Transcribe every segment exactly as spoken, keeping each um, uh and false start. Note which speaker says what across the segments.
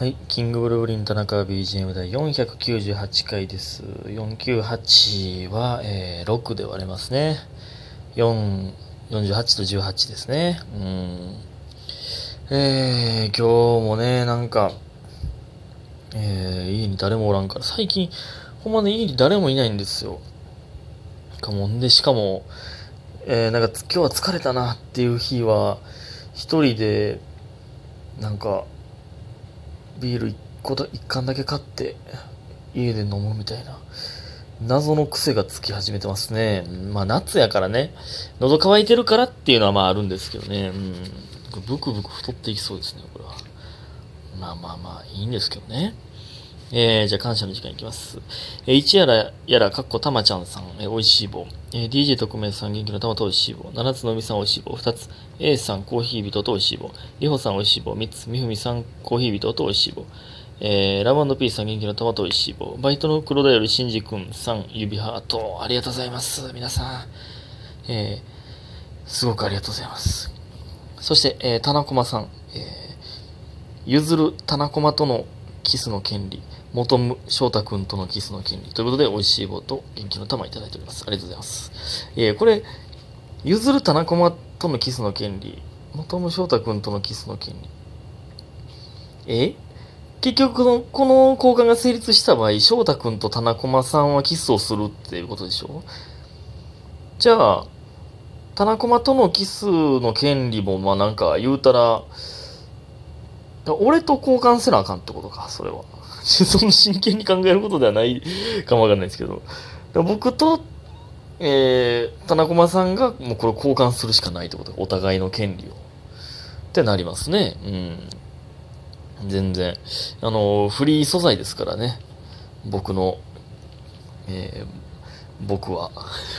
Speaker 1: はい、キングブルーリン田中 ビージーエム 第よんひゃくきゅうじゅうはちかいです。よんひゃくきゅうじゅうはちは、えー、ろくで割れますね。よん、よんじゅうはちとじゅうはちですね。うん。えー、今日もね、なんか、えー、家に誰もおらんから、最近、ほんまね、家に誰もいないんですよ。かもんで、しかも、えー、なんか、今日は疲れたなっていう日は、一人で、なんか、ビール一個だ、一缶だけ買って、家で飲むみたいな。謎の癖がつき始めてますね。まあ夏やからね。喉乾いてるからっていうのはまああるんですけどね。うん。ブクブク太っていきそうですね、これは。まあまあまあ、いいんですけどね。えー、じゃあ感謝の時間いきます。えー、一やらやら、かっこたまちゃんさん、えー、おいしい棒。えー、ディージェー 特命さん、元気の玉とおいしい棒。七つのみさん、おいしい棒。二つ、A さん、コーヒー人とおいしい棒。りほさん、おいしい棒。三つ、みふみさん、コーヒー人とおいしい棒。えー、ラブ &P さん、元気の玉とおいしい棒。バイトの黒田よりしんじくんさん、指ハート。ありがとうございます。皆さん。えー、すごくありがとうございます。そして、えー、たなこまさん。えー、ゆずるたなこまとのキスの権利。元む翔太くんとのキスの権利ということで、美味しい棒と元気の玉いただいております。ありがとうございます。えー、これ、ゆずるたなこまとのキスの権利、元む翔太くんとのキスの権利。え結局この、この交換が成立した場合、翔太くんと田中間さんはキスをするっていうことでしょ。じゃあ、田中間とのキスの権利も、まあなんか言うたら、俺と交換せなあかんってことか、それは。その真剣に考えることではないかもわかんないですけど。僕と、えー、田中間さんがもうこれ交換するしかないってこと。お互いの権利を。ってなりますね。うん。全然。あの、フリー素材ですからね。僕の、えー、僕は。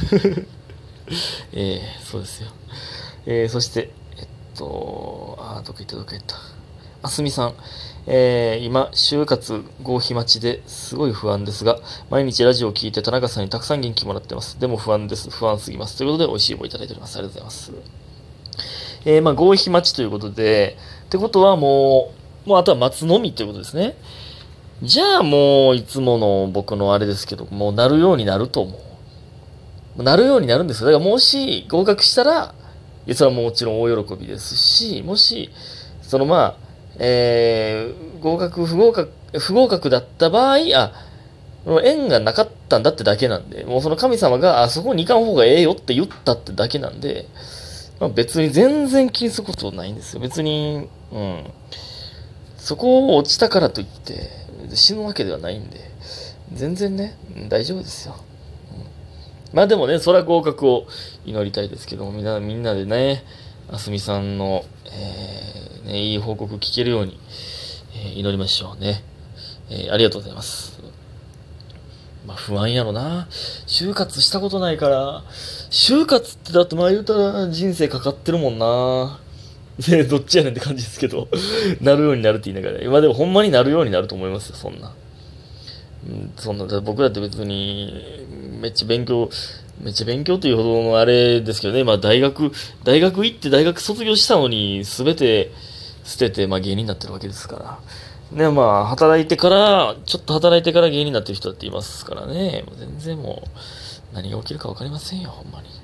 Speaker 1: えー、そうですよ。えー、そして、えっと、あー、どこ行ったどこ行った。あすみさん。えー、今、就活合否待ちですごい不安ですが、毎日ラジオを聞いて田中さんにたくさん元気もらってます。でも不安です。不安すぎます。ということで、美味しい棒いただいております。ありがとうございます。えー、まあ、合否待ちということで、ってことはもう、もうあとは待つのみということですね。じゃあもう、いつもの僕のあれですけど、もうなるようになると思う。なるようになるんですよ。だからもし合格したら、それはもちろん大喜びですし、もし、そのまあ、えー、合格、不合格、不合格だった場合、あ、縁がなかったんだってだけなんで、もうその神様が、あそこに行かん方がええよって言ったってだけなんで、まあ、別に全然気にすることないんですよ。別に、うん。そこを落ちたからといって、死ぬわけではないんで、全然ね、大丈夫ですよ。まあでもね、それは合格を祈りたいですけども、みんな、みんなでね、あすみさんの、えー、ね、いい報告聞けるように、えー、祈りましょうね。えー、ありがとうございます。まあ不安やろな。就活したことないから、就活ってだってまあ言うたら人生かかってるもんな。ね、どっちやねんって感じですけど、なるようになるって言いながら、今でもほんまになるようになると思いますよ、そんな。うん、そんな、僕だって別に、めっちゃ勉強、めっちゃ勉強というほどのあれですけどね、まあ大学、大学行って大学卒業したのに、すべて捨てて、まあ芸人になってるわけですから。ね、まあ働いてから、ちょっと働いてから芸人になってる人だっていますからね、もう全然もう、何が起きるかわかりませんよ、ほんまに。うん、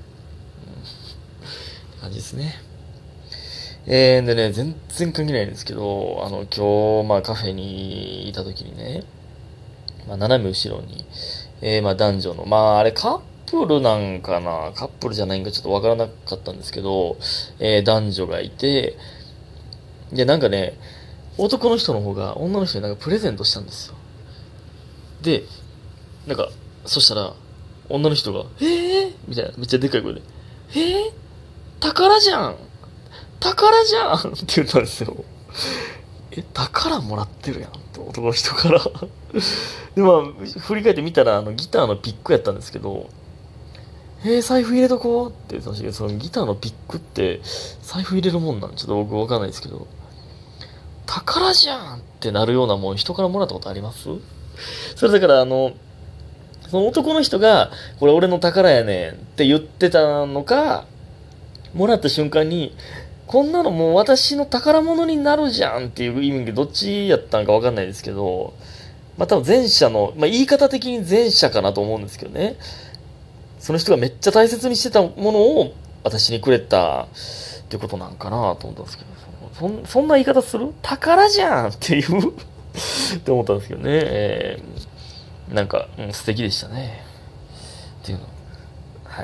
Speaker 1: って感じですね。えー、でね、全然関係ないんですけど、あの、今日、まあカフェにいた時にね、まあ、斜め後ろに、えー、まあ男女の、まああれカップルなんかな、カップルじゃないんかちょっとわからなかったんですけど、えー、男女がいて、で、なんかね、男の人の方が女の人になんかプレゼントしたんですよ。で、なんか、そしたら、女の人が、えーみたいな、めっちゃでかい声で、えー宝じゃん宝じゃんって言ったんですよ。え、宝もらってるやんと、男の人からで、まあ、振り返ってみたら、あの、ギターのピックやったんですけど、えー、財布入れとこうって言ってましたけど、そのギターのピックって、財布入れるもんなんちょっと僕わかんないですけど、宝じゃんってなるようなもん人からもらったことあります？それだからあの、その男の人が、これ俺の宝やねんって言ってたのか、もらった瞬間に、 こんなのもう私の宝物になるじゃんっていう意味でどっちやったんかわかんないですけど、まあ多分前者の、まあ言い方的に前者かなと思うんですけどね。その人がめっちゃ大切にしてたものを私にくれたっていうことなんかなと思ったんですけど、そんそんな言い方する宝じゃんっていうって思ったんですけどね。えー、なんか、うん、素敵でしたね。っていうの。はい。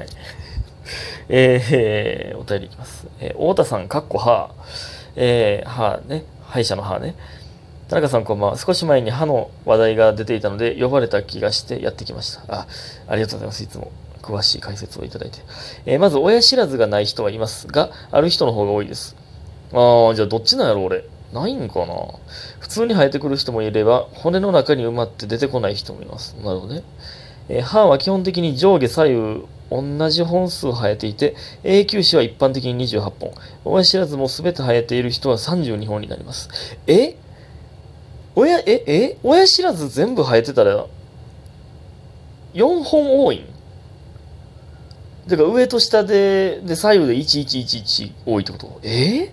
Speaker 1: えー、お便りいきます。えー、太田さん、かっこ歯。えー、歯ね。歯医者の歯ね。田中さんこんばんは。少し前に歯の話題が出ていたので、呼ばれた気がしてやってきました。あ、ありがとうございます。いつも詳しい解説をいただいて。えー、まず、親知らずがない人はいますが、ある人の方が多いです。あー、じゃあどっちなんやろ、俺。ないんかな。普通に生えてくる人もいれば、骨の中に埋まって出てこない人もいます。なるほどね。えー、歯は基本的に上下左右同じ本数生えていて、永久歯は一般的ににじゅうはっぽん。親知らずもすべて生えている人はさんじゅうにほんになります。え親、え、え親知らず全部生えてたら、よんほん多いんてか上と下で、で左右でいちいちいちいち多いってことえ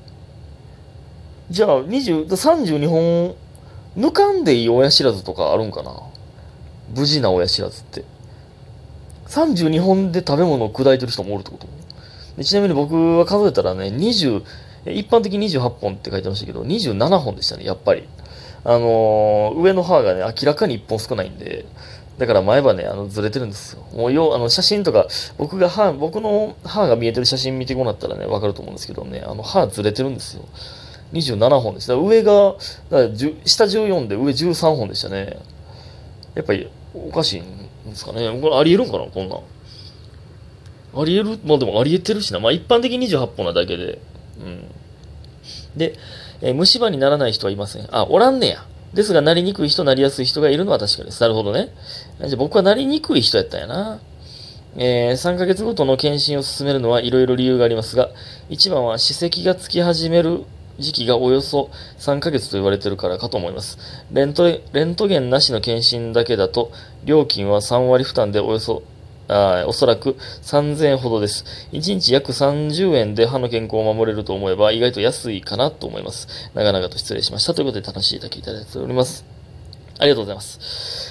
Speaker 1: じゃあにじゅう、さんじゅうにほん抜かんでいい親知らずとかあるんかな無事な親知らずって。さんじゅうにほんで食べ物を砕いてる人もおるってことでちなみに僕は数えたらね、にじゅう、一般的ににじゅうはっぽんって書いてましたけど、にじゅうななほんでしたね、やっぱり。あのー、上の歯がね、明らかにいっぽん少ないんで、だから前歯ね、あの、ずれてるんですよ。もうよ、あの、写真とか、僕が歯、僕の歯が見えてる写真見てもらったらね、わかると思うんですけどね、あの、歯ずれてるんですよ。にじゅうななほんでした。上が、だから下じゅうよんで上じゅうさんほんでしたね。やっぱり、おかしいんですかね。これありえるんかなこんなん。ありえるまあでもありえてるしな。まあ一般的ににじゅうはっぽんなだけで。うん。で、えー虫歯にならない人はいません。あ、おらんねや。ですが、なりにくい人、なりやすい人がいるのは確かです。なるほどね。じゃあ僕はなりにくい人やったんやな。えー、さんかげつごとの検診を進めるのはいろいろ理由がありますが、一番は歯石がつき始める時期がおよそさんかげつと言われているからかと思います。レントレントゲンなしの検診だけだと、料金はさんわり負担でおよそあおそらくさんぜんえんほどです。いちにち約さんじゅうえんで歯の健康を守れると思えば意外と安いかなと思います。長々と失礼しました。ということで楽しいだけいただいております。ありがとうございます。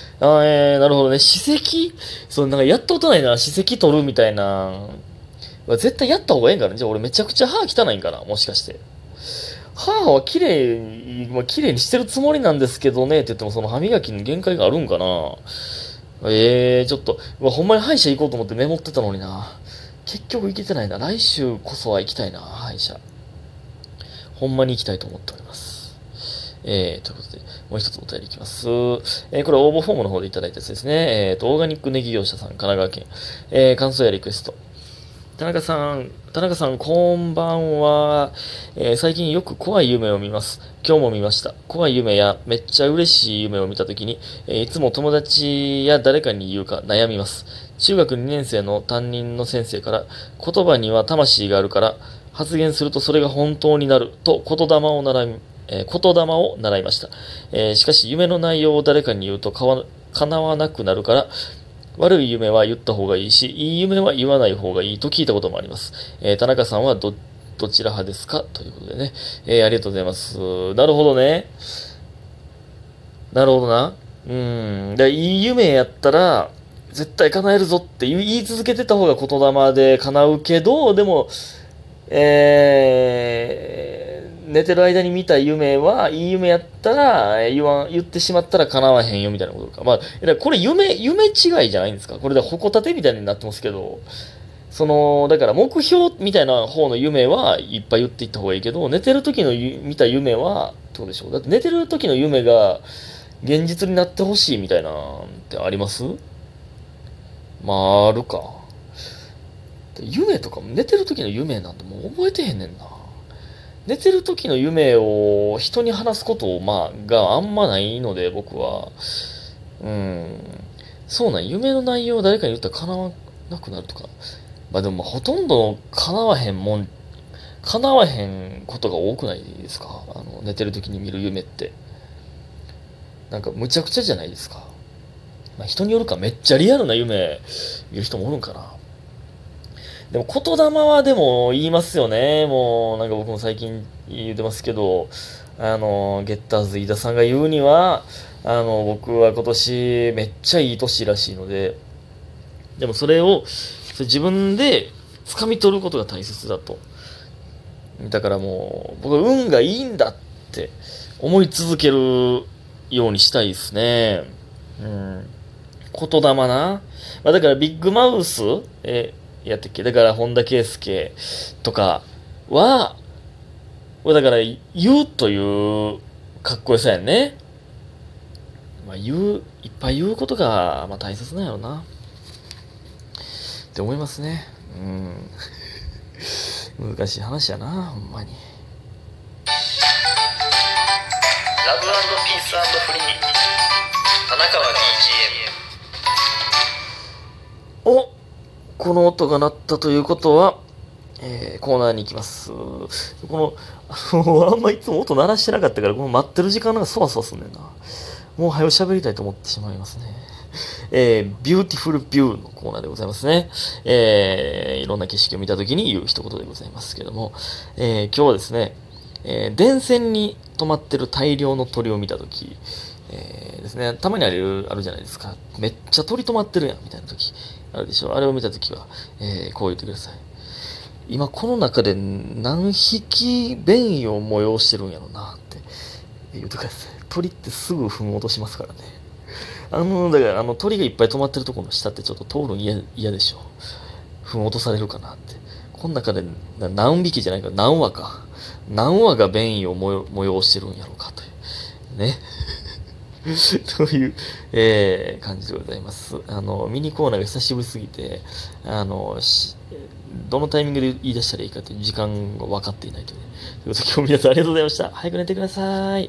Speaker 1: あえー、なるほどね。歯石そう、なんかやったことないな。歯石取るみたいな。絶対やった方がええんかな。じゃあ俺めちゃくちゃ歯汚いんかな。もしかして。歯は綺麗に、まあ、綺麗にしてるつもりなんですけどねって言ってもその歯磨きに限界があるんかな。ええー、ちょっと、うわ、ほんまに歯医者行こうと思ってメモってたのにな。結局行けてないな。来週こそは行きたいな、歯医者。ほんまに行きたいと思っております。えー、ということで、もう一つお便りいきます。えー、これ応募フォームの方でいただいたやつですね。えーと、オーガニックネギ業者さん、神奈川県。えー、感想やリクエスト。田中さん、田中さん、こんばんは。えー最近よく怖い夢を見ます。今日も見ました。怖い夢やめっちゃ嬉しい夢を見たときに、えーいつも友達や誰かに言うか悩みます。中学にねん生の担任の先生から、言葉には魂があるから、発言するとそれが本当になると言霊を習い、えー言霊を習いました。えーしかし夢の内容を誰かに言うとかわ叶わなくなるから、悪い夢は言った方がいいし、いい夢は言わない方がいいと聞いたこともあります。えー、田中さんはど、どちら派ですかということでね。えー、ありがとうございます。なるほどね。なるほどな。うん。で、いい夢やったら、絶対叶えるぞって言い続けてた方が言霊で叶うけど、でも、えー、寝てる間に見た夢は、いい夢やったら、言わん、言ってしまったら叶わへんよみたいなことか。まあ、これ夢、夢違いじゃないんですかこれで矛盾みたいになってますけど、その、だから目標みたいな方の夢はいっぱい言っていった方がいいけど、寝てる時の見た夢は、どうでしょうだって寝てる時の夢が現実になってほしいみたいなってありますまあ、あるか。夢とかも寝てる時の夢なんてもう覚えてへんねんな。寝てる時の夢を人に話すことを、まあ、があんまないので、僕は。うん。そうなん、夢の内容を誰かに言ったら叶わなくなるとか。まあでも、ほとんど叶わへんもん、叶わへんことが多くないですかあの、寝てる時に見る夢って。なんか、むちゃくちゃじゃないですか。まあ人によるか、めっちゃリアルな夢見る人もおるんかな。 でも言霊はでも言いますよね。もうなんか僕も最近言ってますけど、あの、ゲッターズ飯田さんが言うには、あの、僕は今年めっちゃいい年らしいので、でもそれをそれ自分で掴み取ることが大切だと。だからもう、僕は運がいいんだって思い続けるようにしたいですね。うん。言霊な。まあ、だからビッグマウス、え、やったっけだから本田圭佑とかは、だから言うというかっこよさやね。まあ言う、いっぱい言うことが、まあ大切なんやろな。って思いますね。うん。難しい話やな、ほんまに。ラブピースフリー田中は ビージーエム お、この音が鳴ったということは、えー、コーナーに行きます。この、あの、あんまいつも音鳴らしてなかったから、この待ってる時間なんかそわそわすんねんな。もう早く喋りたいと思ってしまいますね。えー、ビューティフルビューのコーナーでございますね。えー、いろんな景色を見たときに言う一言でございますけども、えー、今日はですね、えー、電線に止まってる大量の鳥を見たとき、えー、ですね、たまにある、あるじゃないですか。めっちゃ鳥止まってるやん、みたいなとき。あるでしょ。あれを見たときは、えー、こう言ってください。今この中で何匹便意を催してるんやろなって言ってください。鳥ってすぐ踏む落としますからね。あの、だからあの鳥がいっぱい止まってるところの下ってちょっと通るの嫌、嫌でしょ。踏む落とされるかなって。この中で何匹じゃないか、何羽か。何羽が便意を催してるんやろうかという。ね。という、えー、感じでございます。あの、ミニコーナーが久しぶりすぎて、あの、どのタイミングで言い出したらいいかという時間が分かっていないという、ね。ということで今日皆さんありがとうございました。早く寝てください。